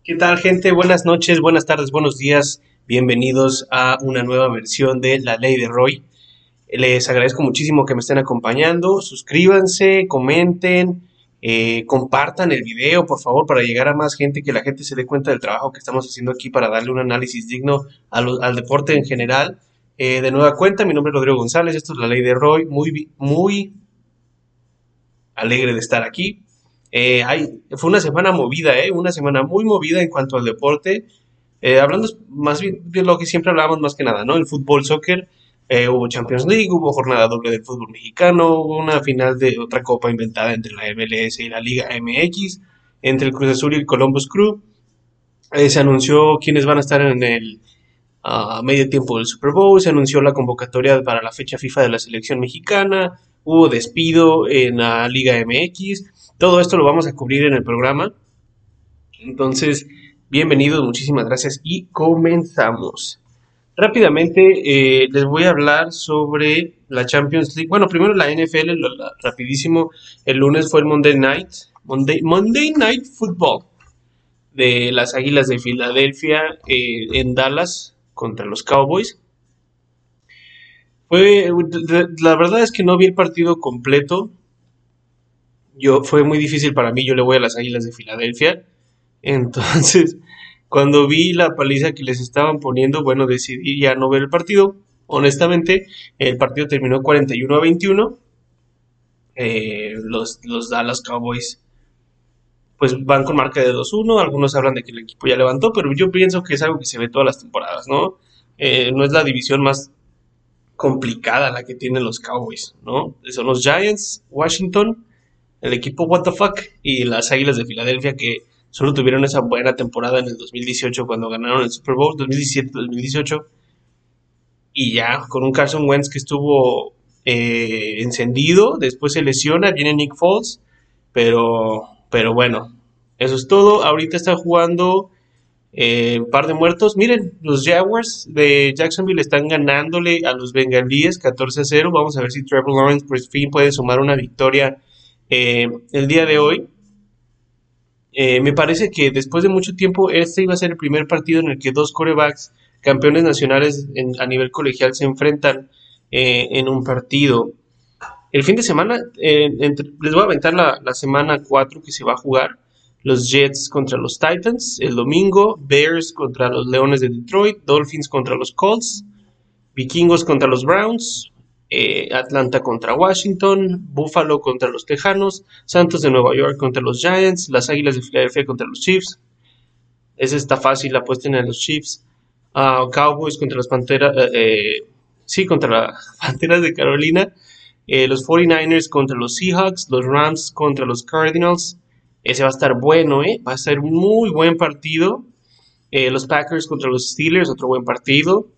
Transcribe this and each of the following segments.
¿Qué tal, gente? Buenas noches, buenas tardes, buenos días. Bienvenidos a una nueva versión de La Ley de Roy. Les agradezco muchísimo que me estén acompañando. Suscríbanse, comenten, compartan el video, por favor, para llegar a más gente, que la gente se dé cuenta del trabajo que estamos haciendo aquí para darle un análisis digno al deporte en general. De nueva cuenta, mi nombre es Rodrigo González, esto es La Ley de Roy. Muy alegre de estar aquí. Fue una semana movida, una semana muy movida en cuanto al deporte. Hablando más bien de lo que siempre hablábamos más que nada, ¿no? El fútbol, soccer, hubo Champions League, hubo jornada doble del fútbol mexicano, hubo una final de otra copa inventada entre la MLS y la Liga MX, entre el Cruz Azul y el Columbus Crew. Se anunció quiénes van a estar en el medio tiempo del Super Bowl, se anunció la convocatoria para la fecha FIFA de la selección mexicana, hubo despido en la Liga MX, todo esto lo vamos a cubrir en el programa. Entonces, bienvenidos, muchísimas gracias y comenzamos. Rápidamente les voy a hablar sobre la Champions League. Bueno, primero la NFL, rapidísimo. El lunes fue el Monday Night Football de las Águilas de Filadelfia en Dallas contra los Cowboys. La verdad es que no vi el partido completo. Fue muy difícil para mí, yo le voy a las Águilas de Filadelfia. Entonces, cuando vi la paliza que les estaban poniendo, bueno, decidí ya no ver el partido. Honestamente, el partido terminó 41-21. Los Dallas Cowboys pues van con marca de 2-1. Algunos hablan de que el equipo ya levantó, pero yo pienso que es algo que se ve todas las temporadas, ¿no? No es la división más complicada la que tienen los Cowboys, ¿no? Son los Giants, Washington, el equipo What the Fuck y las Águilas de Filadelfia, que solo tuvieron esa buena temporada en el 2018 cuando ganaron el Super Bowl, 2017-2018, y ya con un Carson Wentz que estuvo encendido, después se lesiona, viene Nick Foles, pero bueno, eso es todo. Ahorita está jugando un par de muertos. Miren, los Jaguars de Jacksonville están ganándole a los Bengalíes 14-0. Vamos a ver si Trevor Lawrence por fin puede sumar una victoria el día de hoy. Me parece que después de mucho tiempo este iba a ser el primer partido en el que dos quarterbacks campeones nacionales a nivel colegial se enfrentan en un partido. El fin de semana, les voy a aventar la semana 4 que se va a jugar. Los Jets contra los Titans el domingo, Bears contra los Leones de Detroit, Dolphins contra los Colts, Vikingos contra los Browns, Atlanta contra Washington, Buffalo contra los Tejanos, Santos de Nueva York contra los Giants, las Águilas de Filadelfia contra los Chiefs. Esa está fácil, la apuesten a los Chiefs. Cowboys contra las Panteras, sí, contra las Panteras de Carolina. Los 49ers contra los Seahawks, los Rams contra los Cardinals. Ese va a estar bueno, va a ser un muy buen partido. Los Packers contra los Steelers, otro buen partido.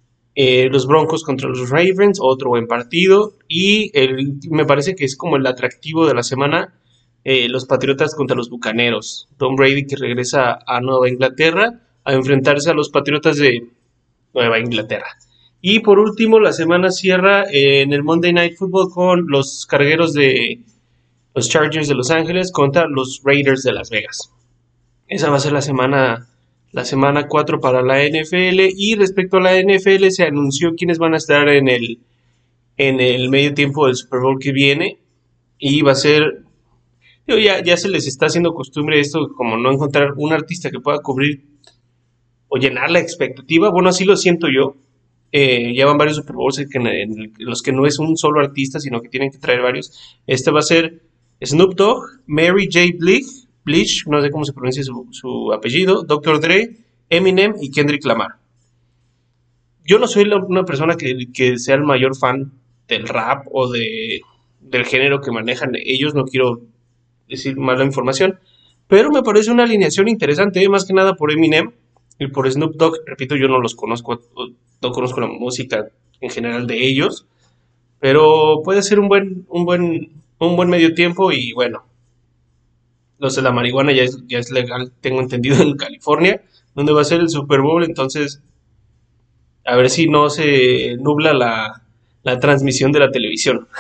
Los Broncos contra los Ravens, otro buen partido. Y me parece que es como el atractivo de la semana, los Patriotas contra los Bucaneros. Tom Brady que regresa a Nueva Inglaterra a enfrentarse a los Patriotas de Nueva Inglaterra. Y por último, la semana cierra en el Monday Night Football con los cargueros de los Chargers de Los Ángeles contra los Raiders de Las Vegas. Esa va a ser la semana 4 para la NFL. Y respecto a la NFL, se anunció quiénes van a estar en el medio tiempo del Super Bowl que viene. Y va a ser, ya se les está haciendo costumbre esto, como no encontrar un artista que pueda cubrir o llenar la expectativa. Bueno, así lo siento yo. Ya van varios Super Bowls en los que no es un solo artista, sino que tienen que traer varios. Este va a ser Snoop Dogg, Mary J. Blige, no sé cómo se pronuncia su apellido, Dr. Dre, Eminem y Kendrick Lamar. Yo no soy una persona que sea el mayor fan del rap o del género que manejan ellos, no quiero decir mala información, pero me parece una alineación interesante, más que nada por Eminem y por Snoop Dogg. Repito, yo no los conozco, no conozco la música en general de ellos, pero puede ser un buen medio tiempo. Y bueno, los de la marihuana ya es legal, tengo entendido, en California, donde va a ser el Super Bowl. Entonces, a ver si no se nubla la transmisión de la televisión.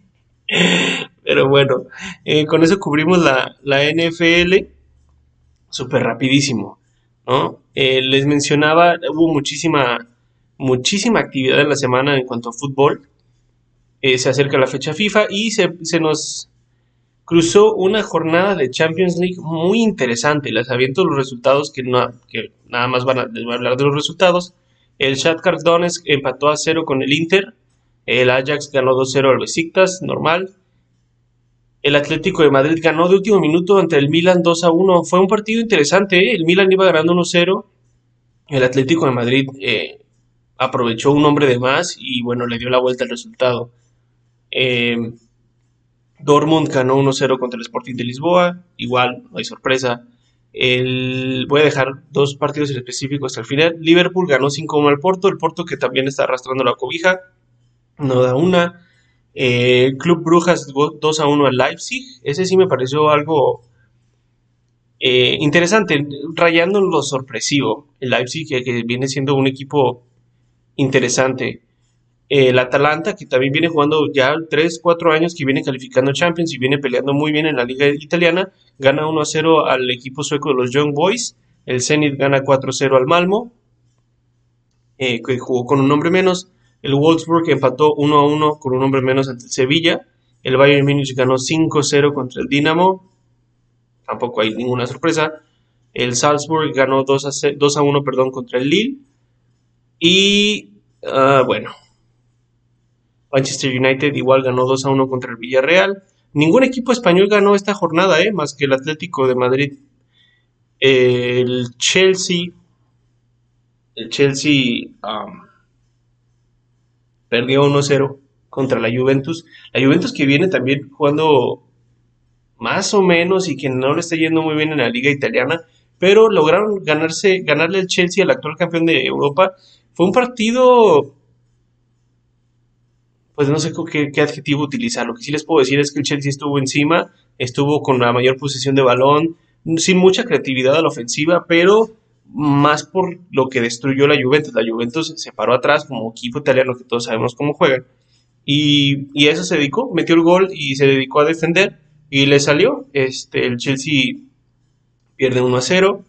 Pero bueno, con eso cubrimos la NFL. súper rapidísimo, ¿no? Les mencionaba, hubo muchísima actividad en la semana en cuanto a fútbol. Se acerca la fecha FIFA y se nos cruzó una jornada de Champions League muy interesante. Les aviento los resultados que nada más les voy a hablar de los resultados. El Shakhtar Donetsk empató a 0 con el Inter. El Ajax ganó 2-0 al Besiktas, normal. El Atlético de Madrid ganó de último minuto ante el Milan 2-1. Fue un partido interesante, ¿eh? El Milan iba ganando 1-0. El Atlético de Madrid aprovechó un hombre de más y bueno, le dio la vuelta al resultado. Eh, Dortmund ganó 1-0 contra el Sporting de Lisboa. Igual, no hay sorpresa. Voy a dejar dos partidos en específico hasta el final. Liverpool ganó 5-1 al Porto. El Porto que también está arrastrando la cobija. No da una. Club Brujas 2-1 al Leipzig. Ese sí me pareció algo interesante, rayando en lo sorpresivo. El Leipzig que viene siendo un equipo interesante. El Atalanta, que también viene jugando ya 3-4 años, que viene calificando Champions y viene peleando muy bien en la liga italiana, gana 1-0 al equipo sueco de los Young Boys. El Zenit gana 4-0 al Malmo, que jugó con un hombre menos. El Wolfsburg empató 1-1 con un hombre menos ante el Sevilla. El Bayern Múnich ganó 5-0 contra el Dinamo. Tampoco hay ninguna sorpresa. El Salzburg ganó 2-1 perdón, contra el Lille. Y bueno, Manchester United igual ganó 2-1 contra el Villarreal. Ningún equipo español ganó esta jornada, más que el Atlético de Madrid. El Chelsea perdió 1-0 contra la Juventus. La Juventus que viene también jugando más o menos y que no le está yendo muy bien en la liga italiana, pero lograron ganarle al Chelsea, al actual campeón de Europa. Fue un partido, pues no sé qué adjetivo utilizar. Lo que sí les puedo decir es que el Chelsea estuvo encima, estuvo con la mayor posesión de balón, sin mucha creatividad a la ofensiva, pero más por lo que destruyó la Juventus. La Juventus se paró atrás como equipo italiano que todos sabemos cómo juegan. Y a eso se dedicó, metió el gol y se dedicó a defender y le salió. El Chelsea pierde 1-0.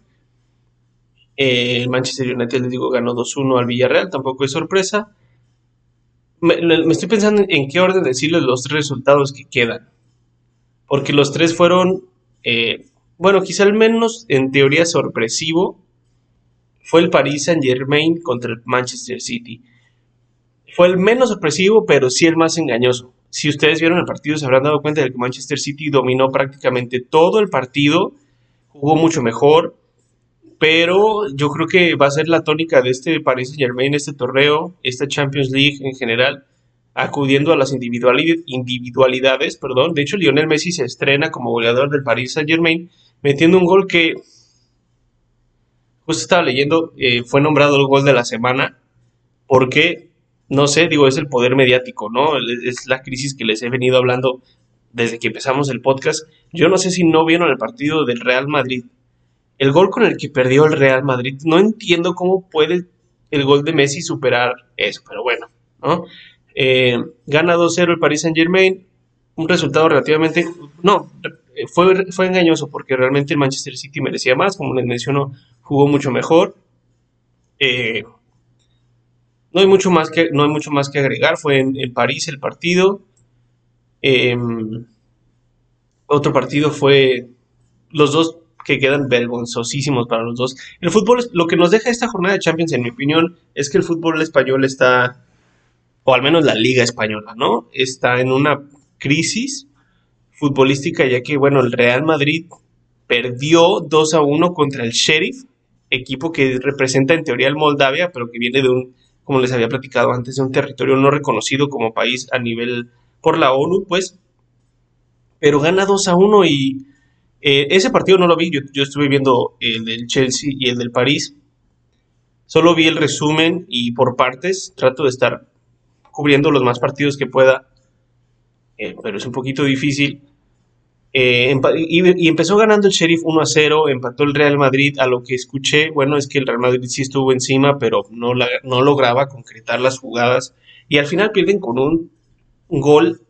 El Manchester United, les digo, ganó 2-1 al Villarreal, tampoco es sorpresa. Me estoy pensando en qué orden decirles los tres resultados que quedan. Porque los tres fueron, bueno, quizá el menos en teoría sorpresivo fue el Paris Saint-Germain contra el Manchester City. Fue el menos sorpresivo, pero sí el más engañoso. Si ustedes vieron el partido, se habrán dado cuenta de que Manchester City dominó prácticamente todo el partido, jugó mucho mejor, pero yo creo que va a ser la tónica de este Paris Saint-Germain, este torneo, esta Champions League en general, acudiendo a las individualidades, perdón. De hecho, Lionel Messi se estrena como goleador del Paris Saint-Germain, metiendo un gol que, justo estaba leyendo, fue nombrado el gol de la semana, porque, no sé, digo, es el poder mediático, ¿no? Es la crisis que les he venido hablando desde que empezamos el podcast. Yo no sé si no vieron el partido del Real Madrid. El gol con el que perdió el Real Madrid, no entiendo cómo puede el gol de Messi superar eso, pero bueno, ¿no? Gana 2-0 el Paris Saint-Germain, un resultado relativamente, no, fue engañoso porque realmente el Manchester City merecía más, como les menciono, jugó mucho mejor. No hay mucho más que agregar, fue en París el partido. Eh, Otro partido fue los dos que quedan vergonzosísimos para los dos. El fútbol, lo que nos deja esta jornada de Champions, en mi opinión, es que el fútbol español está, o al menos la liga española, ¿no? Está en una crisis futbolística, ya que, bueno, el Real Madrid perdió 2-1 contra el Sheriff, equipo que representa en teoría el Moldavia, pero que viene de un, como les había platicado antes, de un territorio no reconocido como país a nivel por la ONU, pues, pero gana 2-1 y ese partido no lo vi, yo estuve viendo el del Chelsea y el del París, solo vi el resumen y por partes, trato de estar cubriendo los más partidos que pueda, pero es un poquito difícil. Y empezó ganando el Sheriff 1-0, empató el Real Madrid, a lo que escuché, bueno, es que el Real Madrid sí estuvo encima, pero no lograba concretar las jugadas, y al final pierden con un gol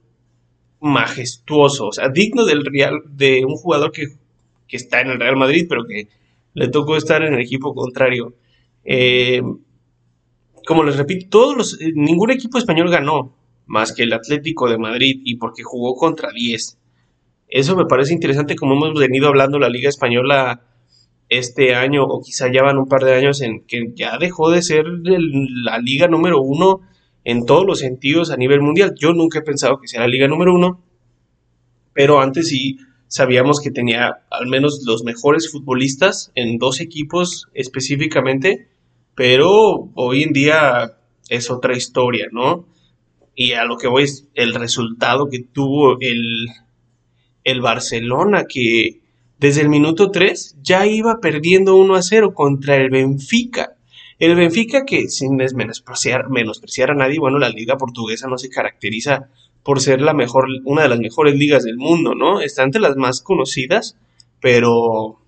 majestuoso, o sea, digno de un jugador que está en el Real Madrid, pero que le tocó estar en el equipo contrario. Eh, Como les repito, ningún equipo español ganó, más que el Atlético de Madrid, y porque jugó contra 10. Eso me parece interesante, como hemos venido hablando la Liga Española este año, o quizá ya van un par de años en que ya dejó de ser la liga número uno en todos los sentidos a nivel mundial. Yo nunca he pensado que sea la liga número uno, pero antes sí sabíamos que tenía al menos los mejores futbolistas en dos equipos específicamente, pero hoy en día es otra historia, ¿no? Y a lo que voy es el resultado que tuvo el Barcelona, que desde el minuto 3 ya iba perdiendo 1-0 contra el Benfica. El Benfica, que sin menospreciar a nadie, bueno, la liga portuguesa no se caracteriza por ser una de las mejores ligas del mundo, ¿no? Está entre las más conocidas, pero,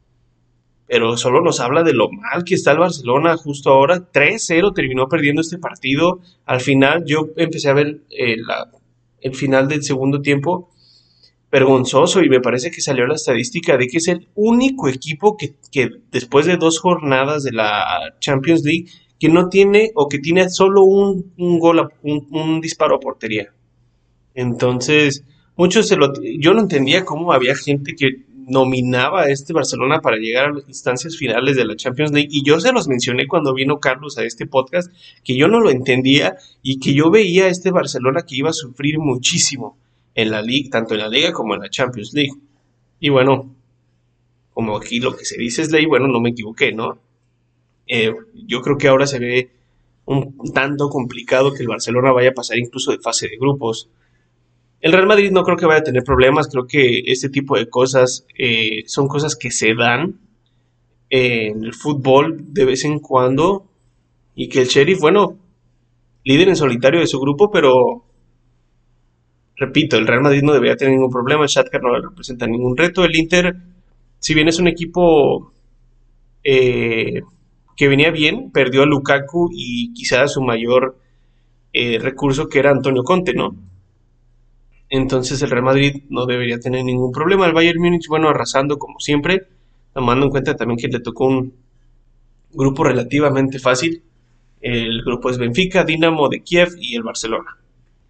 pero solo nos habla de lo mal que está el Barcelona justo ahora. 3-0 terminó perdiendo este partido. Al final yo empecé a ver el final del segundo tiempo vergonzoso, y me parece que salió la estadística de que es el único equipo que después de 2 jornadas de la Champions League que no tiene, o que tiene solo un gol, un disparo a portería. Entonces, yo no entendía cómo había gente que nominaba a este Barcelona para llegar a las instancias finales de la Champions League, y yo se los mencioné cuando vino Carlos a este podcast, que yo no lo entendía y que yo veía a este Barcelona que iba a sufrir muchísimo en la liga, tanto en la liga como en la Champions League. Y bueno, como aquí lo que se dice es ley, bueno, no me equivoqué, ¿no? Yo creo que ahora se ve un tanto complicado que el Barcelona vaya a pasar incluso de fase de grupos. El Real Madrid no creo que vaya a tener problemas, creo que este tipo de cosas son cosas que se dan en el fútbol de vez en cuando, y que el Sheriff, bueno, líder en solitario de su grupo, pero repito, el Real Madrid no debería tener ningún problema, el Shakhtar no le representa ningún reto, el Inter, si bien es un equipo eh, que venía bien, perdió a Lukaku y quizás su mayor recurso, que era Antonio Conte, ¿no? Entonces el Real Madrid no debería tener ningún problema. El Bayern Múnich, bueno, arrasando como siempre, tomando en cuenta también que le tocó un grupo relativamente fácil. El grupo es Benfica, Dinamo de Kiev y el Barcelona.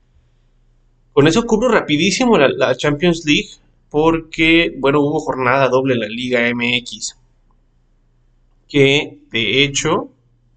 Con eso cubro rapidísimo la Champions League, porque, bueno, hubo jornada doble en la Liga MX, que de hecho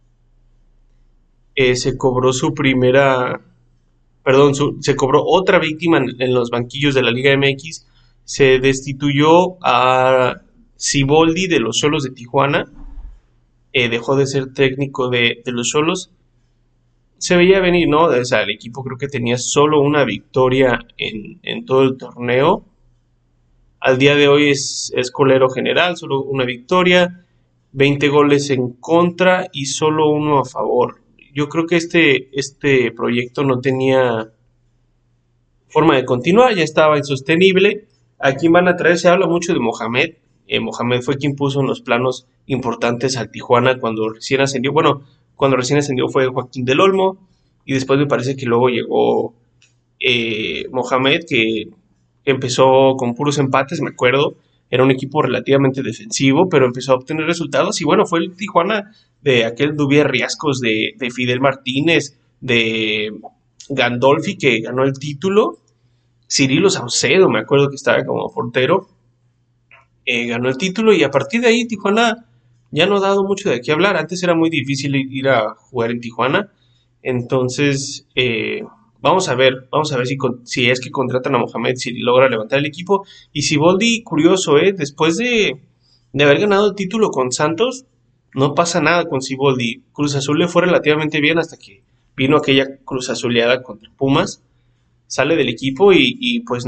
se cobró su primera, perdón, se cobró otra víctima en los banquillos de la Liga MX. Se destituyó a Siboldi de los Xolos de Tijuana, dejó de ser técnico de los Xolos. Se veía venir, ¿no? O sea, el equipo creo que tenía solo una victoria en todo el torneo. Al día de hoy es colero general, solo una victoria, 20 goles en contra y solo uno a favor. Yo creo que este proyecto no tenía forma de continuar, ya estaba insostenible. ¿A quién van a traer? Se habla mucho de Mohamed. Mohamed fue quien puso en los planos importantes al Tijuana cuando recién ascendió. Bueno, cuando recién ascendió fue Joaquín del Olmo, y después me parece que luego llegó Mohamed, que empezó con puros empates, me acuerdo. Era un equipo relativamente defensivo, pero empezó a obtener resultados. Y bueno, fue el Tijuana de aquel Dubier Riascos, de Fidel Martínez, de Gandolfi, que ganó el título. Cirilo Saucedo, me acuerdo que estaba como portero, ganó el título, y a partir de ahí Tijuana ya no ha dado mucho de qué hablar. Antes era muy difícil ir a jugar en Tijuana, entonces vamos a ver si es que contratan a Mohamed, si logra levantar el equipo. Y si Boldi, curioso, después de haber ganado el título con Santos, no pasa nada con Siboldi. Cruz Azul le fue relativamente bien hasta que vino aquella Cruz Azuleada contra Pumas, sale del equipo y pues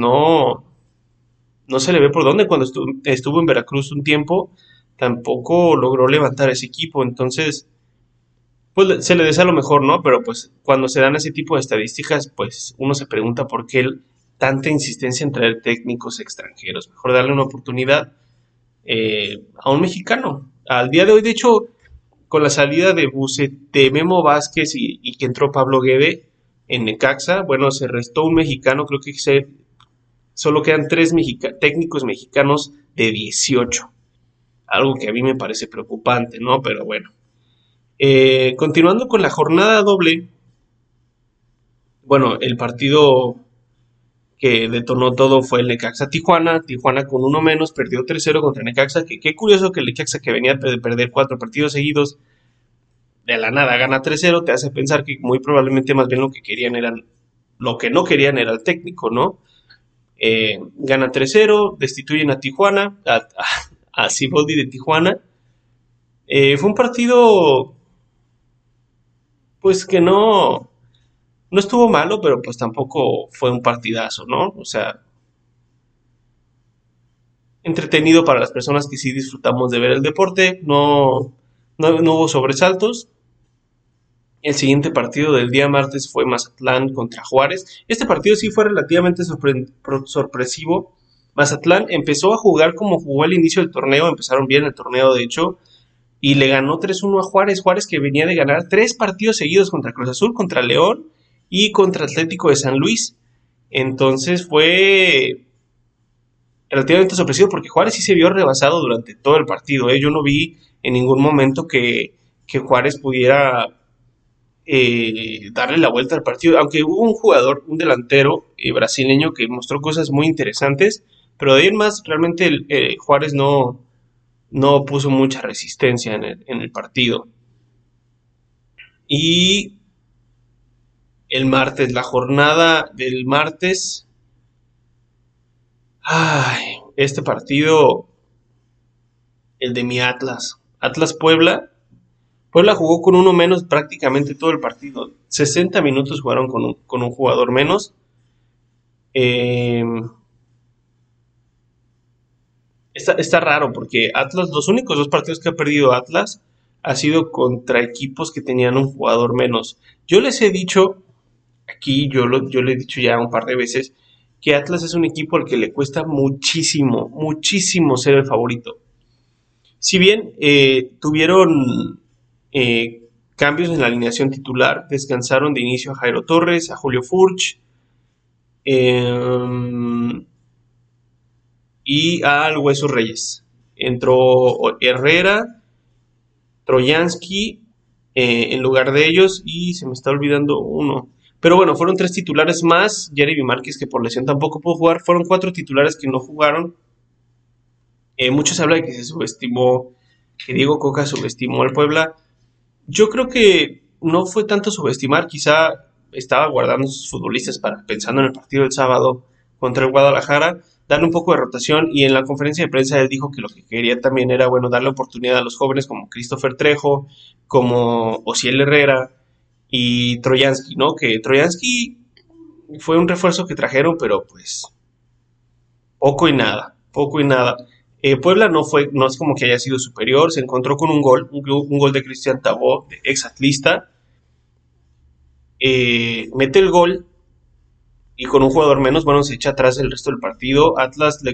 no se le ve por dónde. Cuando estuvo en Veracruz un tiempo, tampoco logró levantar ese equipo. Entonces, pues se le desea lo mejor, ¿no? Pero pues cuando se dan ese tipo de estadísticas, pues uno se pregunta por qué tanta insistencia en traer técnicos extranjeros. Mejor darle una oportunidad a un mexicano. Al día de hoy, de hecho, con la salida de Memo Vázquez y que entró Pablo Guede en Necaxa, bueno, se restó un mexicano, creo que solo quedan 3 técnicos mexicanos de 18. algo que a mí me parece preocupante, ¿no? Pero bueno. Continuando con la jornada doble, bueno, el partido que detonó todo fue el Necaxa-Tijuana. Tijuana con uno menos perdió 3-0 contra Necaxa. Que qué curioso que el Necaxa, que venía de perder 4 partidos seguidos, de la nada gana 3-0, te hace pensar que muy probablemente más bien lo que no querían era el técnico, ¿no? Gana 3-0, destituyen a Tijuana, a Siboldi de Tijuana. Fue un partido, pues que no estuvo malo, pero pues tampoco fue un partidazo, ¿no? O sea, entretenido para las personas que sí disfrutamos de ver el deporte, no hubo sobresaltos. El siguiente partido del día martes fue Mazatlán contra Juárez. Este partido sí fue relativamente sorpresivo. Mazatlán empezó a jugar como jugó al inicio del torneo, empezaron bien el torneo de hecho, y le ganó 3-1 a Juárez. Juárez que venía de ganar 3 partidos seguidos contra Cruz Azul, contra León y contra Atlético de San Luis. Entonces fue relativamente sorpresivo porque Juárez sí se vio rebasado durante todo el partido. Yo no vi en ningún momento que Juárez pudiera darle la vuelta al partido, aunque hubo un jugador, un delantero brasileño que mostró cosas muy interesantes, pero de ahí en más realmente Juárez no puso mucha resistencia en el partido. Y el martes, la jornada del martes, este partido, el de mi Atlas, Atlas Puebla. Puebla jugó con uno menos prácticamente todo el partido. 60 minutos jugaron con un jugador menos. Eh, está raro porque Atlas, los únicos 2 partidos que ha perdido Atlas ha sido contra equipos que tenían un jugador menos. Yo les he dicho, aquí yo le he dicho ya un par de veces, que Atlas es un equipo al que le cuesta muchísimo, muchísimo ser el favorito. Si bien tuvieron cambios en la alineación titular, descansaron de inicio a Jairo Torres, a Julio Furch y al Hueso Reyes. Entró Herrera, Troyansky en lugar de ellos y se me está olvidando uno. Pero bueno, fueron 3 titulares más. Jeremy Márquez, que por lesión tampoco pudo jugar. Fueron 4 titulares que no jugaron. Mucho se habla de que se subestimó, que Diego Coca subestimó al Puebla. Yo creo que no fue tanto subestimar, quizá estaba guardando sus futbolistas para pensando en el partido del sábado contra el Guadalajara, darle un poco de rotación y en la conferencia de prensa él dijo que lo que quería también era, bueno, darle oportunidad a los jóvenes como Christopher Trejo, como Osiel Herrera y Troyansky, ¿no? Que Troyansky fue un refuerzo que trajeron, pero pues poco y nada, poco y nada. Puebla no es como que haya sido superior, se encontró con un gol de Cristian Tabó, de ex atlista, mete el gol y con un jugador menos, bueno, se echa atrás el resto del partido. Atlas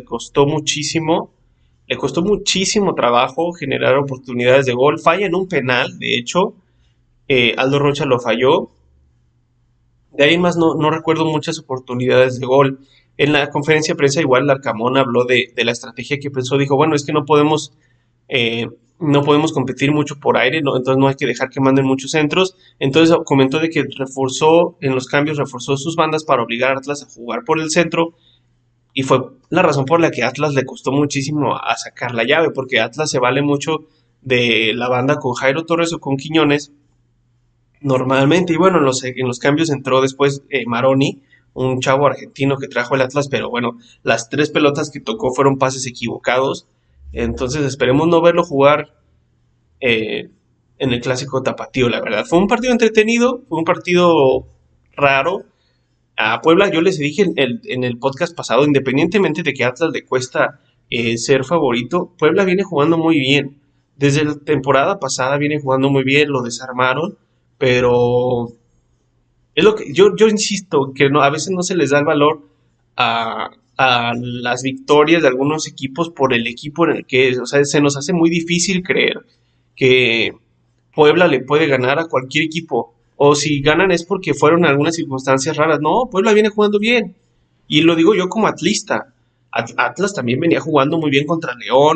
le costó muchísimo trabajo generar oportunidades de gol, falla en un penal, de hecho, Aldo Rocha lo falló. De ahí en más no recuerdo muchas oportunidades de gol. En la conferencia de prensa igual Larcamón habló de la estrategia que pensó, dijo, bueno, es que no podemos competir mucho por aire, ¿no? Entonces no hay que dejar que manden muchos centros. Entonces comentó de que en los cambios reforzó sus bandas para obligar a Atlas a jugar por el centro y fue la razón por la que Atlas le costó muchísimo a sacar la llave, porque Atlas se vale mucho de la banda con Jairo Torres o con Quiñones normalmente. Y bueno, en los cambios entró después Maroni, un chavo argentino que trajo el Atlas, pero bueno, las 3 pelotas que tocó fueron pases equivocados. Entonces esperemos no verlo jugar en el clásico tapatío, la verdad. Fue un partido entretenido, fue un partido raro. A Puebla yo les dije en el podcast pasado, independientemente de que a Atlas le cuesta ser favorito, Puebla viene jugando muy bien. Desde la temporada pasada viene jugando muy bien, lo desarmaron, pero es lo que yo insisto, que a veces no se les da el valor a las victorias de algunos equipos por el equipo en el que es. O sea, se nos hace muy difícil creer que Puebla le puede ganar a cualquier equipo. O si ganan es porque fueron algunas circunstancias raras. No, Puebla viene jugando bien. Y lo digo yo como atlista. Atlas también venía jugando muy bien contra León.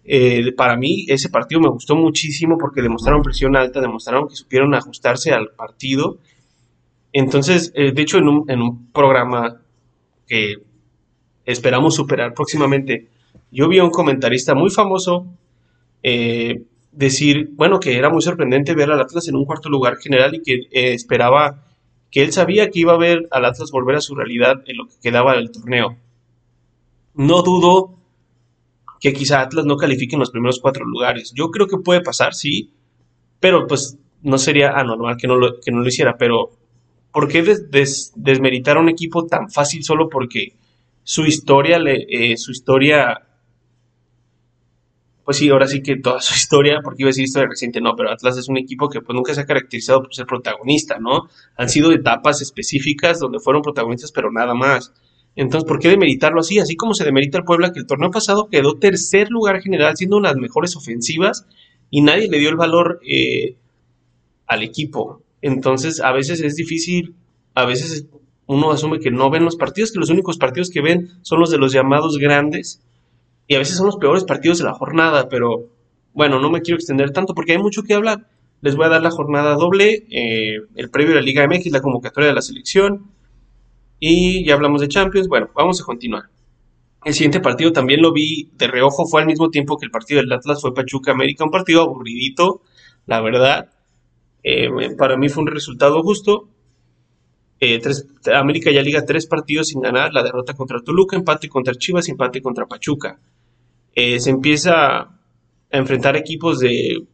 Para mí ese partido me gustó muchísimo porque demostraron presión alta, demostraron que supieron ajustarse al partido. Entonces, de hecho, en un programa que esperamos superar próximamente, yo vi a un comentarista muy famoso decir, bueno, que era muy sorprendente ver al Atlas en un cuarto lugar general y que esperaba, que él sabía que iba a ver al Atlas volver a su realidad en lo que quedaba del torneo. No dudo que quizá Atlas no califique en los primeros 4 lugares. Yo creo que puede pasar, sí, pero pues no sería anormal que no lo hiciera. Pero, ¿por qué desmeritar a un equipo tan fácil solo porque su historia, pues sí, ahora sí que toda su historia, porque iba a decir historia reciente, no, pero Atlas es un equipo que pues nunca se ha caracterizado por ser protagonista, ¿no? Han sido etapas específicas donde fueron protagonistas, pero nada más. Entonces, ¿por qué demeritarlo así? Así como se demerita el Puebla, que el torneo pasado quedó tercer lugar general, siendo una de las mejores ofensivas, y nadie le dio el valor al equipo. Entonces, a veces es difícil, a veces uno asume que no ven los partidos, que los únicos partidos que ven son los de los llamados grandes, y a veces son los peores partidos de la jornada, pero bueno, no me quiero extender tanto porque hay mucho que hablar. Les voy a dar la jornada doble, el previo de la Liga MX, la convocatoria de la selección, y ya hablamos de Champions. Bueno, vamos a continuar. El siguiente partido también lo vi de reojo, fue al mismo tiempo que el partido del Atlas, fue Pachuca América, un partido aburridito, la verdad. Para mí fue un resultado justo. América ya liga 3 partidos sin ganar, la derrota contra Toluca, empate contra Chivas y empate contra Pachuca. Se empieza a enfrentar equipos de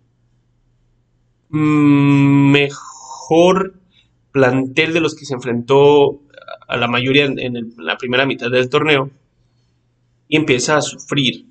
mejor plantel de los que se enfrentó a la mayoría en la primera mitad del torneo y empieza a sufrir.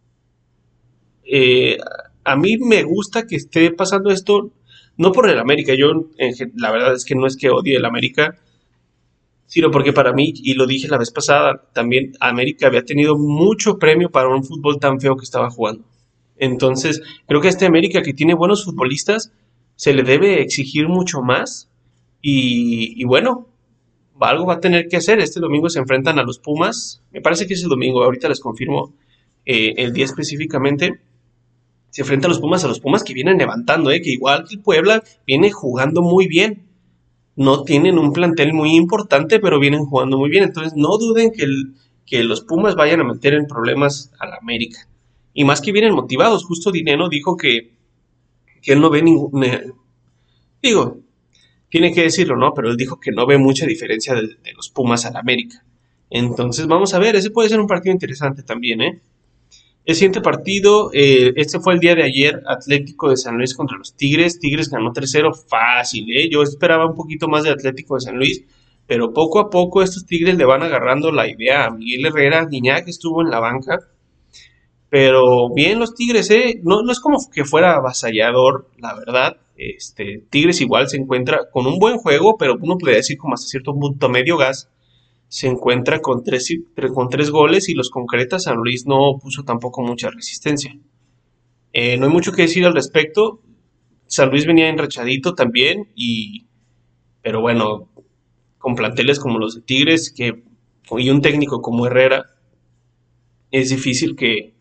Eh, a mí me gusta que esté pasando esto, no por el América, la verdad es que no es que odie el América, sino porque para mí, y lo dije la vez pasada, también América había tenido mucho premio para un fútbol tan feo que estaba jugando. Entonces, creo que a este América que tiene buenos futbolistas, se le debe exigir mucho más. Y bueno, algo va a tener que hacer. Este domingo se enfrentan a los Pumas. Me parece que es el domingo, ahorita les confirmo el día específicamente. Se enfrenta a los Pumas que vienen levantando, que igual que el Puebla, viene jugando muy bien. No tienen un plantel muy importante, pero vienen jugando muy bien. Entonces, no duden que los Pumas vayan a meter en problemas a la América. Y más que vienen motivados. Justo Dineno dijo que él no ve ningún... digo, tiene que decirlo, ¿no? Pero él dijo que no ve mucha diferencia de los Pumas a la América. Entonces, vamos a ver. Ese puede ser un partido interesante también, ¿eh? El siguiente partido, este fue el día de ayer, Atlético de San Luis contra los Tigres. Tigres ganó 3-0 fácil, ¿eh? Yo esperaba un poquito más de Atlético de San Luis, pero poco a poco estos Tigres le van agarrando la idea a Miguel Herrera. Guiñac estuvo en la banca, pero bien los Tigres, ¿eh? No, no es como que fuera avasallador, la verdad. Tigres igual se encuentra con un buen juego, pero uno puede decir como hasta cierto punto medio gas. Se encuentra con tres goles y los concreta. San Luis no puso tampoco mucha resistencia. No hay mucho que decir al respecto. San Luis venía enrachadito también, pero bueno, con planteles como los de Tigres y un técnico como Herrera, es difícil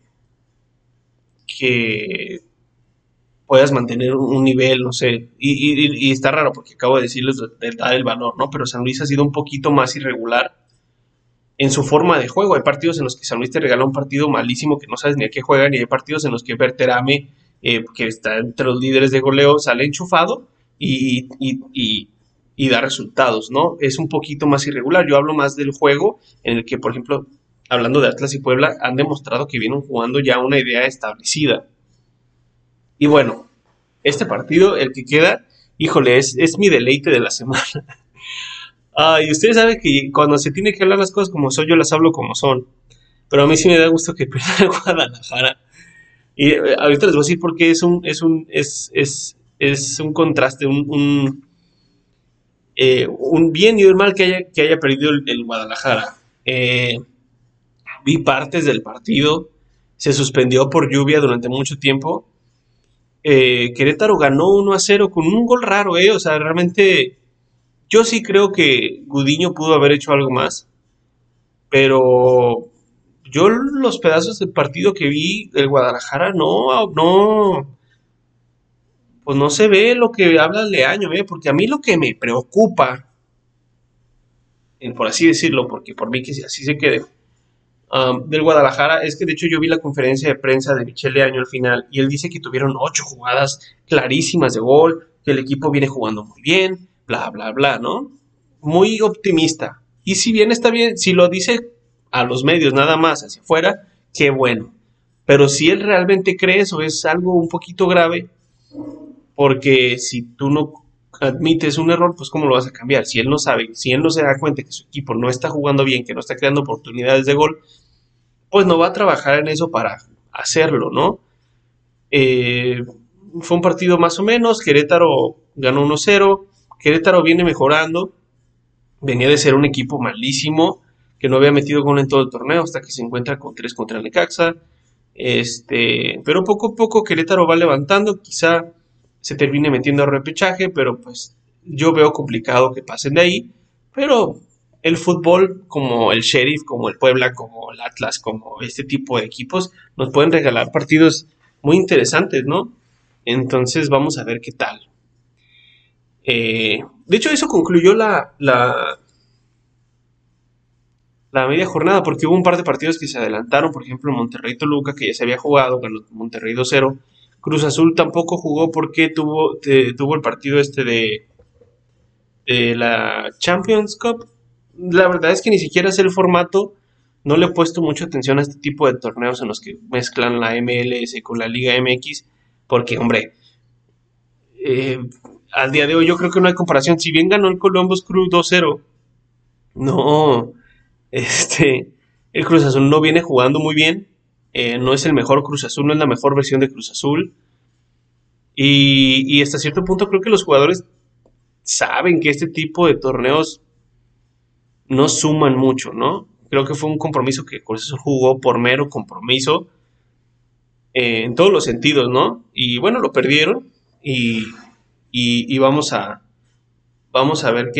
que puedas mantener un nivel, no sé. Y está raro porque acabo de decirles de dar el valor, ¿no? Pero San Luis ha sido un poquito más irregular en su forma de juego. Hay partidos en los que San Luis te regala un partido malísimo que no sabes ni a qué juegan, y hay partidos en los que Berterame, que está entre los líderes de goleo, sale enchufado y da resultados, ¿no? Es un poquito más irregular. Yo hablo más del juego en el que, por ejemplo, hablando de Atlas y Puebla, han demostrado que vienen jugando ya una idea establecida. Y bueno, este partido, el que queda, híjole, es mi deleite de la semana. Y ustedes saben que cuando se tiene que hablar las cosas como son, yo las hablo como son. Pero a mí sí me da gusto que pierda el Guadalajara. Y ahorita les voy a decir por qué es un contraste, un bien y un mal que haya perdido el Guadalajara. Vi partes del partido, se suspendió por lluvia durante mucho tiempo. Querétaro ganó 1-0 con un gol raro, o sea, realmente yo sí creo que Gudiño pudo haber hecho algo más, pero Yo los pedazos del partido que vi del Guadalajara no, pues no se ve lo que habla Leaño, porque a mí lo que me preocupa, por así decirlo, porque por mí que así se quede, del Guadalajara, es que de hecho yo vi la conferencia de prensa de Michel Leaño al final y él dice que tuvieron 8 jugadas clarísimas de gol, que el equipo viene jugando muy bien, bla, bla, bla, ¿no? Muy optimista. Y si bien está bien, si lo dice a los medios nada más hacia afuera, qué bueno. Pero si él realmente cree eso es algo un poquito grave, porque si tú no admites un error, pues cómo lo vas a cambiar. Si él no sabe, si él no se da cuenta que su equipo no está jugando bien, que no está creando oportunidades de gol, pues no va a trabajar en eso para hacerlo, ¿no? Eh, Fue un partido más o menos, Querétaro ganó 1-0, Querétaro viene mejorando, venía de ser un equipo malísimo, que no había metido gol en todo el torneo hasta que se encuentra con 3 contra el Necaxa. Pero poco a poco Querétaro va levantando, quizá se termine metiendo a repechaje, pero pues yo veo complicado que pasen de ahí. Pero el fútbol, como el Sheriff, como el Puebla, como el Atlas, como este tipo de equipos, nos pueden regalar partidos muy interesantes, ¿no? Entonces vamos a ver qué tal. De hecho, eso concluyó la media jornada, porque hubo un par de partidos que se adelantaron, por ejemplo, Monterrey-Toluca, que ya se había jugado, ganó Monterrey 2-0. Cruz Azul tampoco jugó porque tuvo el partido de la Champions Cup. La verdad es que ni siquiera sé el formato, no le he puesto mucha atención a este tipo de torneos en los que mezclan la MLS con la Liga MX, porque, hombre, eh, al día de hoy yo creo que no hay comparación. Si bien ganó el Columbus Crew 2-0, no, este, el Cruz Azul no viene jugando muy bien. No es el mejor Cruz Azul, no es la mejor versión de Cruz Azul. Y hasta cierto punto creo que los jugadores saben que este tipo de torneos no suman mucho, ¿no? Creo que fue un compromiso que Cruz Azul jugó por mero compromiso, en todos los sentidos, ¿no? Y bueno, lo perdieron y, y vamos a ver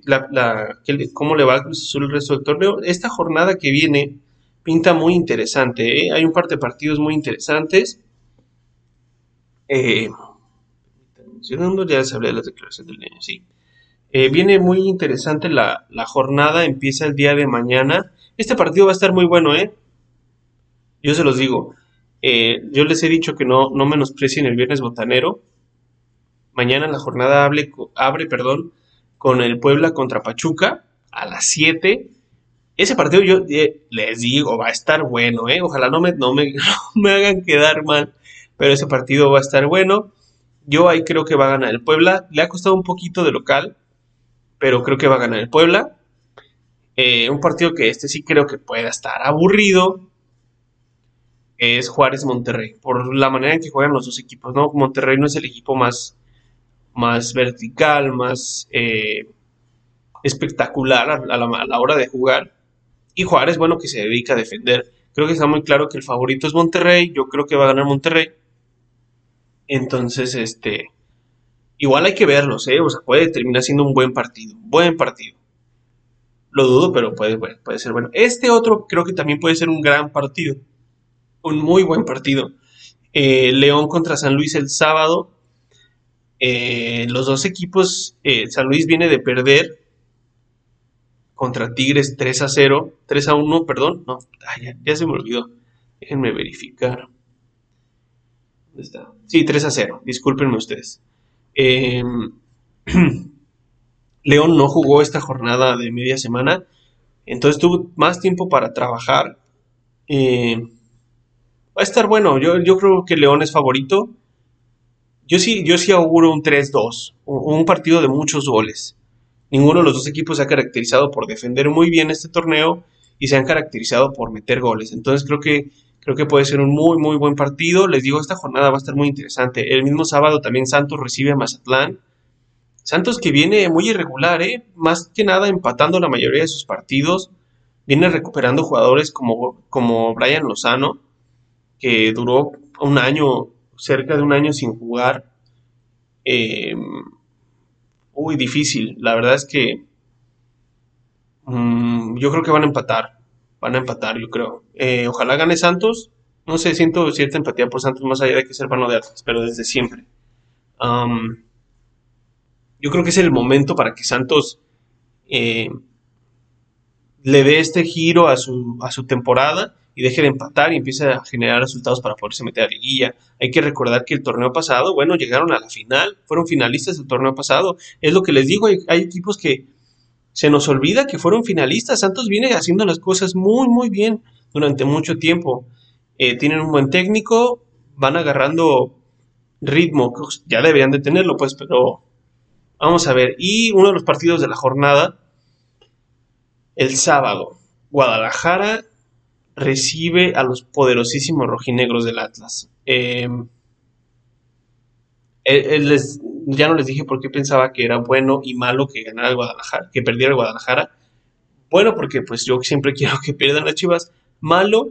cómo le va a Cruz Azul el resto del torneo. Esta jornada que viene pinta muy interesante, ¿eh? Hay un par de partidos muy interesantes. Eh, Mencionando, ya les hablé de las declaraciones del niño, sí. Viene muy interesante la jornada, empieza el día de mañana. Este partido va a estar muy bueno, ¿eh? Yo se los digo. Yo les he dicho que no menosprecien el viernes botanero. Mañana la jornada abre, perdón, con el Puebla contra Pachuca a las 7. Ese partido yo les digo, va a estar bueno, ¿eh? Ojalá no me hagan quedar mal, pero ese partido va a estar bueno. Yo ahí creo que va a ganar el Puebla. Le ha costado un poquito de local, pero creo que va a ganar el Puebla. Un partido que sí creo que pueda estar aburrido es Juárez-Monterrey, por la manera en que juegan los dos equipos, ¿no? Monterrey no es el equipo más vertical, más espectacular a la hora de jugar. Y Juárez, bueno, que se dedica a defender. Creo que está muy claro que el favorito es Monterrey. Yo creo que va a ganar Monterrey. Entonces, igual hay que verlos, ¿eh? O sea, puede terminar siendo un buen partido. Buen partido. Lo dudo, pero puede ser bueno. Este otro creo que también puede ser un gran partido. Un muy buen partido. León contra San Luis el sábado. Los dos equipos, San Luis viene de perder contra Tigres 3-0, 3-1, perdón, no, ya se me olvidó. Déjenme verificar. ¿Dónde está? Sí, 3-0, discúlpenme ustedes. Eh, León no jugó esta jornada de media semana, entonces tuvo más tiempo para trabajar. Va a estar bueno, yo creo que León es favorito. Yo sí auguro un 3-2, un partido de muchos goles. Ninguno de los dos equipos se ha caracterizado por defender muy bien este torneo y se han caracterizado por meter goles. Entonces creo que puede ser un muy, muy buen partido. Les digo, esta jornada va a estar muy interesante. El mismo sábado también Santos recibe a Mazatlán. Santos que viene muy irregular, ¿eh? Más que nada empatando la mayoría de sus partidos. Viene recuperando jugadores como Brian Lozano, que duró un año, cerca de un año sin jugar. Eh, Difícil. La verdad es que yo creo que van a empatar. van a empatar, yo creo. Ojalá gane Santos. No sé, siento cierta empatía por Santos más allá de que es hermano de Atlas, pero desde siempre. Am, yo creo que es el momento para que Santos eh, le dé este giro a su temporada y deje de empatar y empiece a generar resultados para poderse meter a la liguilla. Hay que recordar que el torneo pasado, bueno, llegaron a la final, fueron finalistas del torneo pasado. Es lo que les digo, hay equipos que se nos olvida que fueron finalistas. Santos viene haciendo las cosas muy, muy bien durante mucho tiempo. Tienen un buen técnico, van agarrando ritmo, ya deberían de tenerlo, pues, pero vamos a ver. Y uno de los partidos de la jornada, el sábado, Guadalajara recibe a los poderosísimos rojinegros del Atlas. Ya no les dije por qué pensaba que era bueno y malo que ganara el Guadalajara, que perdiera el Guadalajara. Bueno, porque pues yo siempre quiero que pierdan las Chivas. Malo,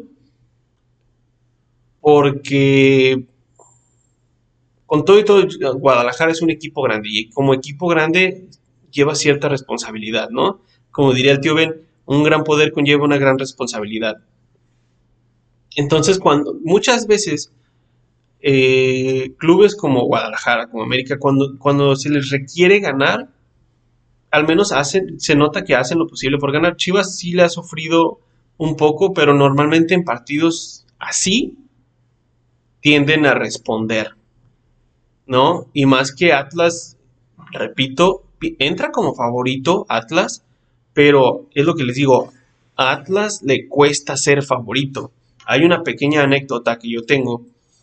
porque con todo y todo, Guadalajara es un equipo grande y como equipo grande lleva cierta responsabilidad, ¿no? Como diría el tío Ben, un gran poder conlleva una gran responsabilidad. Entonces, cuando muchas veces clubes como Guadalajara, como América, cuando se les requiere ganar, al menos se nota que hacen lo posible por ganar. Chivas sí le ha sufrido un poco, pero normalmente en partidos así tienden a responder, ¿no? Y más que Atlas, repito, entra como favorito Atlas, pero es lo que les digo, a Atlas le cuesta ser favorito. Hay una pequeña anécdota que yo tengo.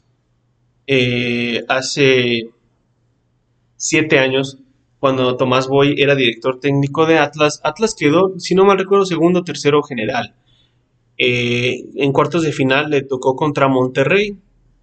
Hace 7 años, cuando Tomás Boy era director técnico de Atlas, Atlas quedó, si no mal recuerdo, segundo o tercero general. En cuartos de final le tocó contra Monterrey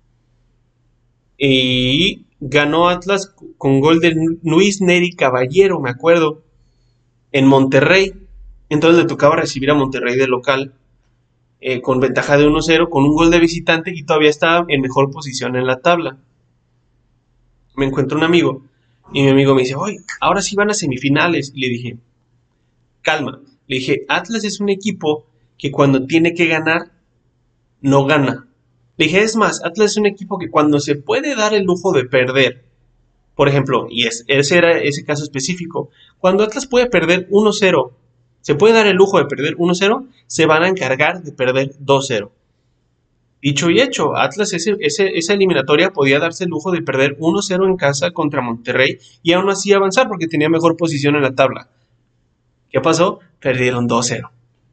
y ganó Atlas con gol de Luis Neri Caballero, me acuerdo, en Monterrey. Entonces le tocaba recibir a Monterrey de local con ventaja de 1-0, con un gol de visitante y todavía estaba en mejor posición en la tabla. Me encuentro un amigo y mi amigo me dice, oye, ahora sí van a semifinales. Y le dije, calma. Le dije, Atlas es un equipo que cuando tiene que ganar, no gana. Le dije, es más, Atlas es un equipo que cuando se puede dar el lujo de perder, por ejemplo, ese era ese caso específico, cuando Atlas puede perder 1-0, se puede dar el lujo de perder 1-0, se van a encargar de perder 2-0. Dicho y hecho, Atlas esa eliminatoria podía darse el lujo de perder 1-0 en casa contra Monterrey y aún así avanzar porque tenía mejor posición en la tabla. ¿Qué pasó? Perdieron 2-0.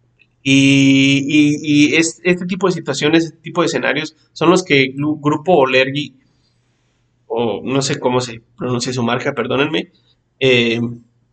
Este tipo de situaciones, este tipo de escenarios son los que el Grupo Olergi, o no sé cómo se pronuncia su marca, perdónenme, eh,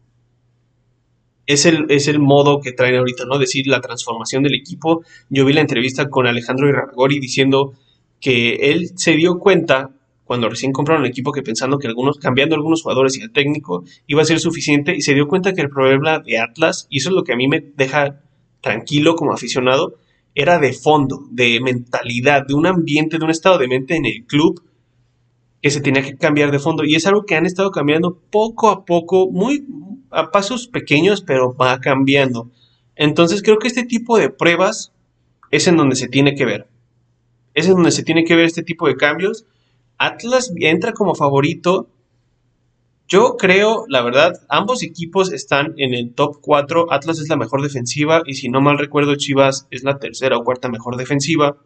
es el modo que traen ahorita, ¿no? Decir la transformación del equipo. Yo vi la entrevista con Alejandro Iraragorri diciendo que él se dio cuenta cuando recién compraron el equipo que pensando que cambiando algunos jugadores y el técnico iba a ser suficiente y se dio cuenta que el problema de Atlas, y eso es lo que a mí me deja tranquilo como aficionado, era de fondo, de mentalidad, de un ambiente, de un estado de mente en el club que se tenía que cambiar de fondo y es algo que han estado cambiando poco a poco, muy a pasos pequeños, pero va cambiando. Entonces creo que este tipo de pruebas es en donde se tiene que ver. Es en donde se tiene que ver este tipo de cambios. Atlas entra como favorito. Yo creo, la verdad, ambos equipos están en el top 4. Atlas es la mejor defensiva y si no mal recuerdo Chivas es la tercera o cuarta mejor defensiva.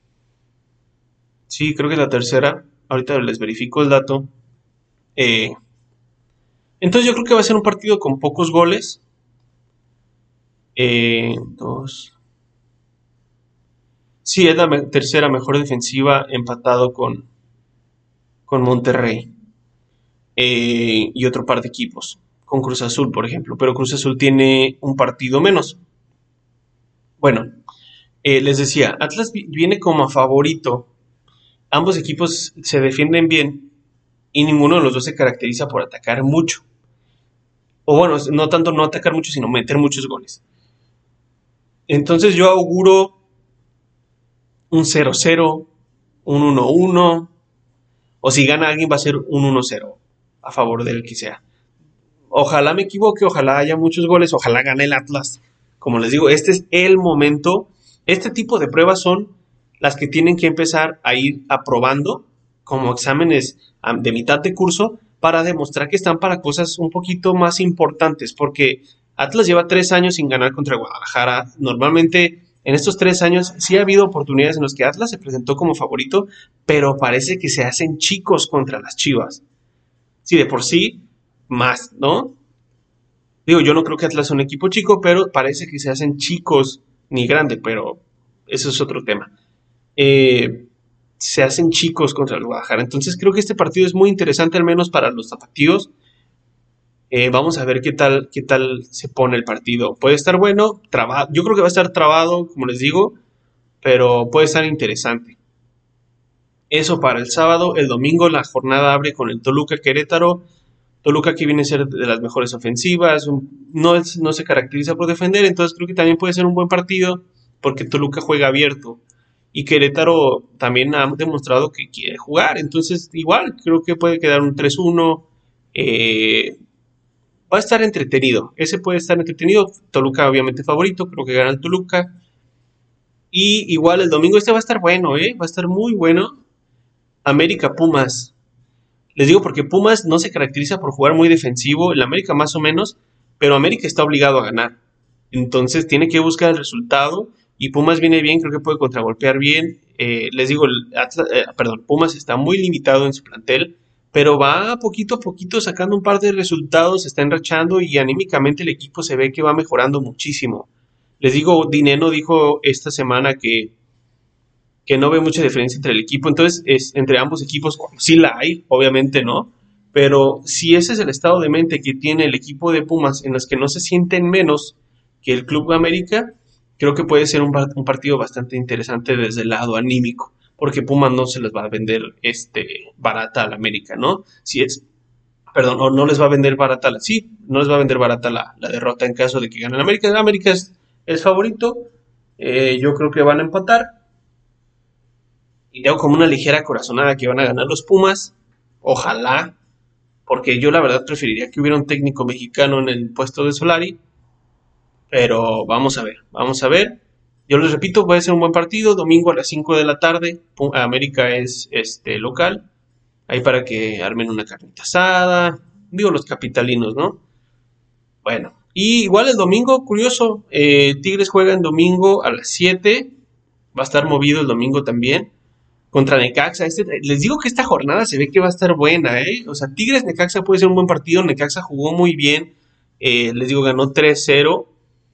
Sí, creo que es la tercera. Ahorita les verifico el dato. Eh, entonces yo creo que va a ser un partido con pocos goles. Dos. Sí, es la tercera mejor defensiva empatado con Monterrey y otro par de equipos, con Cruz Azul, por ejemplo. Pero Cruz Azul tiene un partido menos. Bueno, les decía, Atlas viene como favorito. Ambos equipos se defienden bien y ninguno de los dos se caracteriza por atacar mucho. O bueno, no tanto no atacar mucho, sino meter muchos goles. Entonces yo auguro un 0-0, un 1-1, o si gana alguien va a ser un 1-0 a favor del que sea. Ojalá me equivoque, ojalá haya muchos goles, ojalá gane el Atlas. Como les digo, este es el momento Este tipo de pruebas son las que tienen que empezar a ir aprobando como exámenes de mitad de curso para demostrar que están para cosas un poquito más importantes, porque Atlas lleva 3 años sin ganar contra Guadalajara. Normalmente en estos 3 años sí ha habido oportunidades en las que Atlas se presentó como favorito, pero parece que se hacen chicos contra las Chivas. Sí, de por sí, más, ¿no? Digo, yo no creo que Atlas sea un equipo chico, pero parece que se hacen chicos, ni grande, pero eso es otro tema. Eh, Se hacen chicos contra el Guadalajara. Entonces creo que este partido es muy interesante, al menos para los tapatíos. Vamos a ver qué tal se pone el partido. Puede estar bueno, trabado. Yo creo que va a estar trabado, como les digo, pero puede estar interesante. Eso para el sábado. El domingo la jornada abre con el Toluca Querétaro. Toluca que viene a ser de las mejores ofensivas, no se caracteriza por defender, entonces creo que también puede ser un buen partido porque Toluca juega abierto y Querétaro también ha demostrado que quiere jugar, entonces igual creo que puede quedar un 3-1. Va a estar entretenido, ese puede estar entretenido, Toluca obviamente favorito, creo que gana el Toluca. Y igual el domingo este va a estar bueno, va a estar muy bueno. América Pumas. Les digo porque Pumas no se caracteriza por jugar muy defensivo, el América más o menos, pero América está obligado a ganar. Entonces tiene que buscar el resultado y Pumas viene bien, creo que puede contragolpear bien. Les digo, Pumas está muy limitado en su plantel, pero va poquito a poquito sacando un par de resultados, se está enrachando y anímicamente el equipo se ve que va mejorando muchísimo. Les digo, Dineno dijo esta semana que no ve mucha diferencia entre el equipo, entonces entre ambos equipos sí la hay, obviamente no, pero si ese es el estado de mente que tiene el equipo de Pumas en los que no se sienten menos que el Club América, creo que puede ser un partido bastante interesante desde el lado anímico, porque Pumas no se les va a vender barata al América, ¿no? Si es, perdón, o no les va a vender barata sí, no les va a vender barata la derrota en caso de que gane el América. El América es favorito, yo creo que van a empatar y tengo como una ligera corazonada que van a ganar los Pumas. Ojalá, porque yo la verdad preferiría que hubiera un técnico mexicano en el puesto de Solari. Pero vamos a ver, vamos a ver. Yo les repito, puede ser un buen partido. Domingo a las 5 de la tarde. América es local. Ahí para que armen una carnita asada. Digo los capitalinos, ¿no? Bueno. Y igual el domingo, curioso. Tigres juega en domingo a las 7. Va a estar movido el domingo también contra Necaxa. Les digo que esta jornada se ve que va a estar buena, ¿eh? O sea, Tigres Necaxa puede ser un buen partido. Necaxa jugó muy bien. Les digo, ganó 3-0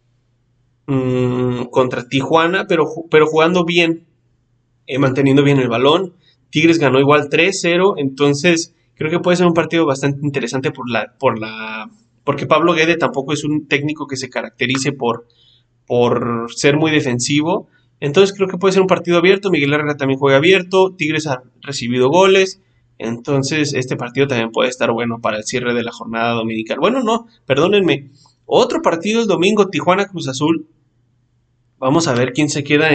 contra Tijuana, pero jugando bien, manteniendo bien el balón. Tigres ganó igual 3-0. Entonces, creo que puede ser un partido bastante interesante porque Pablo Guede tampoco es un técnico que se caracterice por ser muy defensivo. Entonces creo que puede ser un partido abierto. Miguel Herrera también juega abierto. Tigres ha recibido goles. Entonces este partido también puede estar bueno para el cierre de la jornada dominical. Bueno, no, perdónenme. Otro partido el domingo, Tijuana Cruz Azul. Vamos a ver quién se queda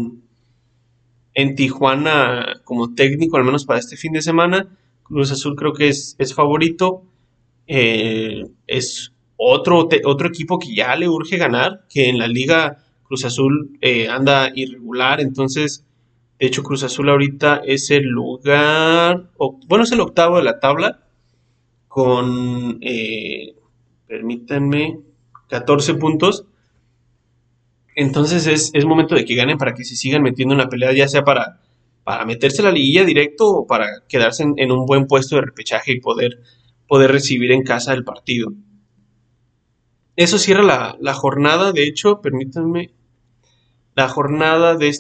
en Tijuana como técnico, al menos para este fin de semana. Cruz Azul creo que es favorito. Es otro equipo que ya le urge ganar, que en la liga Cruz Azul anda irregular, entonces, de hecho Cruz Azul ahorita es el lugar, bueno, es el octavo de la tabla, con, permítanme, 14 puntos, entonces es momento de que ganen para que se sigan metiendo en la pelea, ya sea para meterse a la liguilla directo o para quedarse en un buen puesto de repechaje y poder recibir en casa el partido. Eso cierra la jornada, de hecho, permítanme, la jornada de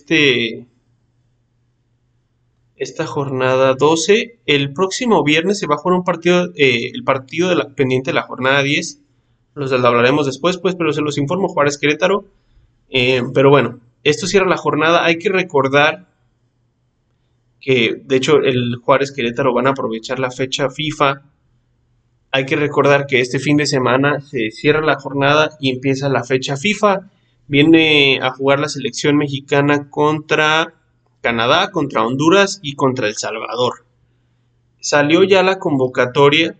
esta jornada 12. El próximo viernes se va a jugar un partido, el partido pendiente de la jornada 10. Los hablaremos después, pues, pero se los informo, Juárez Querétaro. Pero bueno, esto cierra la jornada. Hay que recordar que, de hecho, el Juárez Querétaro van a aprovechar la fecha FIFA. Hay que recordar que este fin de semana se cierra la jornada y empieza la fecha FIFA. Viene a jugar la selección mexicana contra Canadá, contra Honduras y contra El Salvador. Salió ya la convocatoria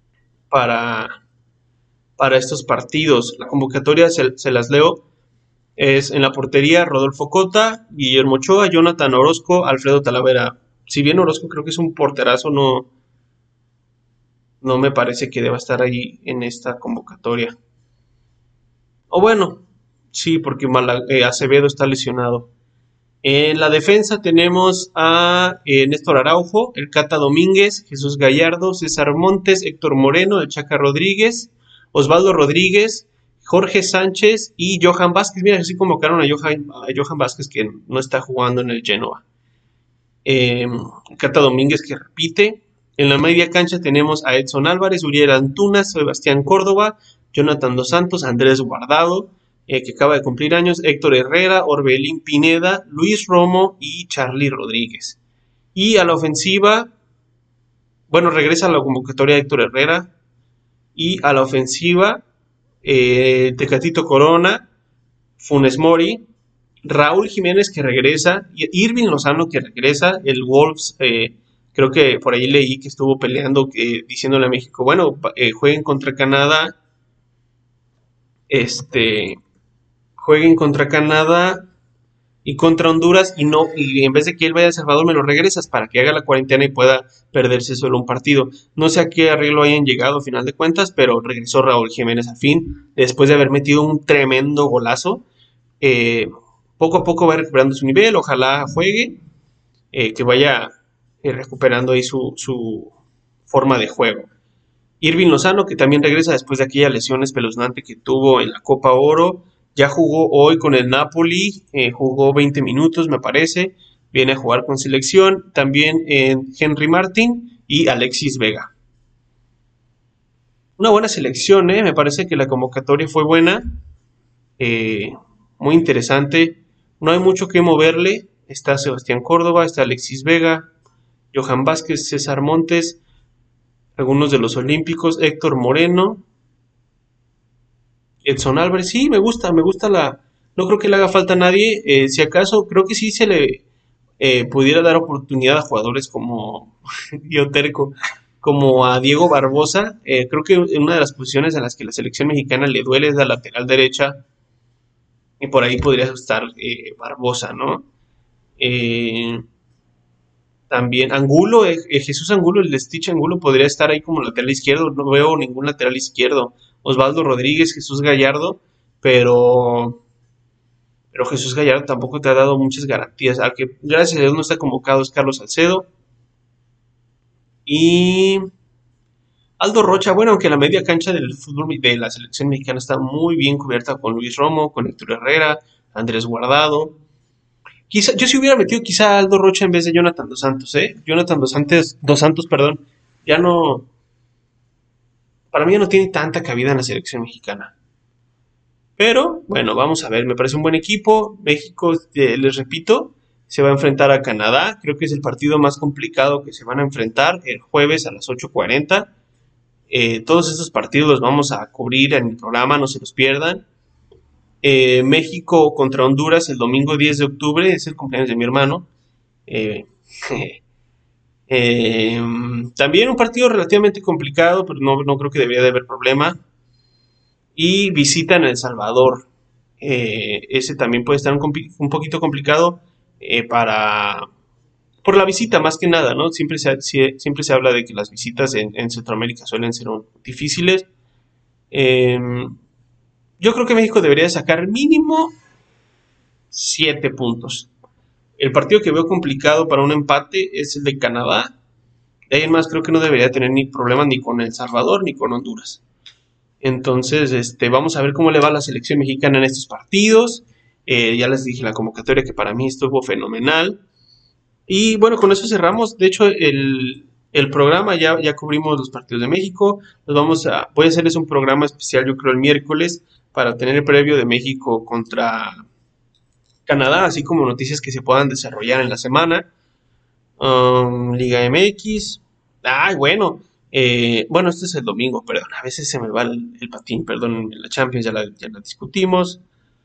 para estos partidos. La convocatoria se las leo. Es en la portería Rodolfo Cota, Guillermo Ochoa, Jonathan Orozco, Alfredo Talavera. Si bien Orozco creo que es un porterazo, no me parece que deba estar ahí en esta convocatoria. O bueno, sí, porque Acevedo está lesionado. En la defensa tenemos a Néstor Araujo, el Cata Domínguez, Jesús Gallardo, César Montes, Héctor Moreno, el Chaca Rodríguez, Osvaldo Rodríguez, Jorge Sánchez y Johan Vázquez. Mira, así convocaron a Johan Vázquez, que no está jugando en el Genoa. Cata Domínguez, que repite. En la media cancha tenemos a Edson Álvarez, Uriel Antuna, Sebastián Córdoba, Jonathan Dos Santos, Andrés Guardado, que acaba de cumplir años, Héctor Herrera, Orbelín Pineda, Luis Romo y Charly Rodríguez. Y a la ofensiva, bueno, regresa a la convocatoria Héctor Herrera. Y a la ofensiva, Tecatito Corona, Funes Mori, Raúl Jiménez que regresa, Irving Lozano que regresa, el Wolves, creo que por ahí leí que estuvo peleando, diciéndole a México, bueno, jueguen contra Canadá, jueguen contra Canadá y contra Honduras y en vez de que él vaya a El Salvador me lo regresas para que haga la cuarentena y pueda perderse solo un partido. No sé a qué arreglo hayan llegado a final de cuentas, pero regresó Raúl Jiménez al fin, después de haber metido un tremendo golazo. Poco a poco va recuperando su nivel, ojalá juegue, que vaya recuperando ahí su forma de juego. Irving Lozano, que también regresa después de aquella lesión espeluznante que tuvo en la Copa Oro, ya jugó hoy con el Napoli, jugó 20 minutos me parece, viene a jugar con selección, también Henry Martin y Alexis Vega. Una buena selección, me parece que la convocatoria fue buena, muy interesante, no hay mucho que moverle, está Sebastián Córdoba, está Alexis Vega, Johan Vázquez, César Montes, algunos de los olímpicos, Héctor Moreno, Edson Álvarez, sí, me gusta no creo que le haga falta a nadie, si acaso creo que sí se le pudiera dar oportunidad a jugadores como Terco, como a Diego Barbosa, creo que una de las posiciones en las que la selección mexicana le duele es la lateral derecha, y por ahí podría estar Barbosa, ¿no? También Angulo, Jesús Angulo, el de Stitch Angulo podría estar ahí como lateral izquierdo, no veo ningún lateral izquierdo. Osvaldo Rodríguez, Jesús Gallardo, pero Jesús Gallardo tampoco te ha dado muchas garantías. Al que gracias a Dios no está convocado es Carlos Salcedo. Y Aldo Rocha, bueno, aunque la media cancha del fútbol de la selección mexicana está muy bien cubierta con Luis Romo, con Héctor Herrera, Andrés Guardado. Yo si hubiera metido quizá a Aldo Rocha en vez de Jonathan Dos Santos, Jonathan Dos Santos, perdón, ya no, para mí ya no tiene tanta cabida en la selección mexicana. Pero, bueno, vamos a ver, me parece un buen equipo. México, les repito, se va a enfrentar a Canadá. Creo que es el partido más complicado que se van a enfrentar el jueves a las 8:40. Todos estos partidos los vamos a cubrir en el programa, no se los pierdan. México contra Honduras el domingo 10 de octubre, es el cumpleaños de mi hermano. También un partido relativamente complicado, pero no creo que debería de haber problema. Y visitan El Salvador. Ese también puede estar un poquito complicado por la visita, más que nada, ¿no? Siempre se habla de que las visitas en Centroamérica suelen ser difíciles. Yo creo que México debería sacar mínimo 7 puntos. El partido que veo complicado para un empate es el de Canadá. De ahí en más creo que no debería tener ni problemas ni con El Salvador ni con Honduras. Entonces, vamos a ver cómo le va a la selección mexicana en estos partidos. Ya les dije la convocatoria que para mí estuvo fenomenal. Y bueno, con eso cerramos. De hecho, el programa ya cubrimos los partidos de México. Voy a hacerles un programa especial, yo creo, el miércoles para tener el previo de México contra Canadá, así como noticias que se puedan desarrollar en la semana. Liga MX. Bueno, este es el domingo, perdón, a veces se me va el patín, perdón, la Champions ya la discutimos.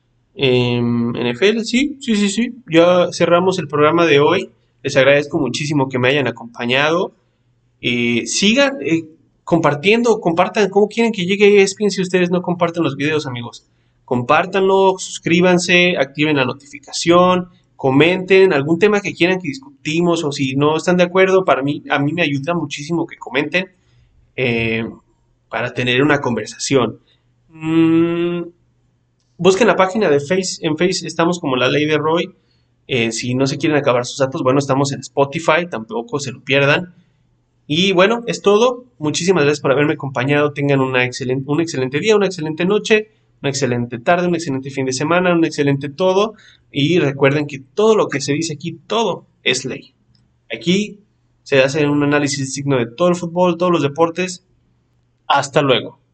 NFL, sí, ya cerramos el programa de hoy. Les agradezco muchísimo que me hayan acompañado. Sigan compartiendo, compartan cómo quieren que llegue ESPN si ustedes no comparten los videos, amigos. compártanlo, suscríbanse, activen la notificación, comenten algún tema que quieran que discutimos o si no están de acuerdo, a mí me ayuda muchísimo que comenten eh, para tener una conversación. Mm, Busquen la página de Face, en Face estamos como La Ley de Roy. Si no se quieren acabar sus datos, bueno, estamos en Spotify, tampoco se lo pierdan. Y bueno, es todo. Muchísimas gracias por haberme acompañado. Tengan un excelente día, una excelente noche, una excelente tarde, un excelente fin de semana, un excelente todo. Y recuerden que todo lo que se dice aquí, todo es ley. Aquí se hace un análisis digno de todo el fútbol, todos los deportes. Hasta luego.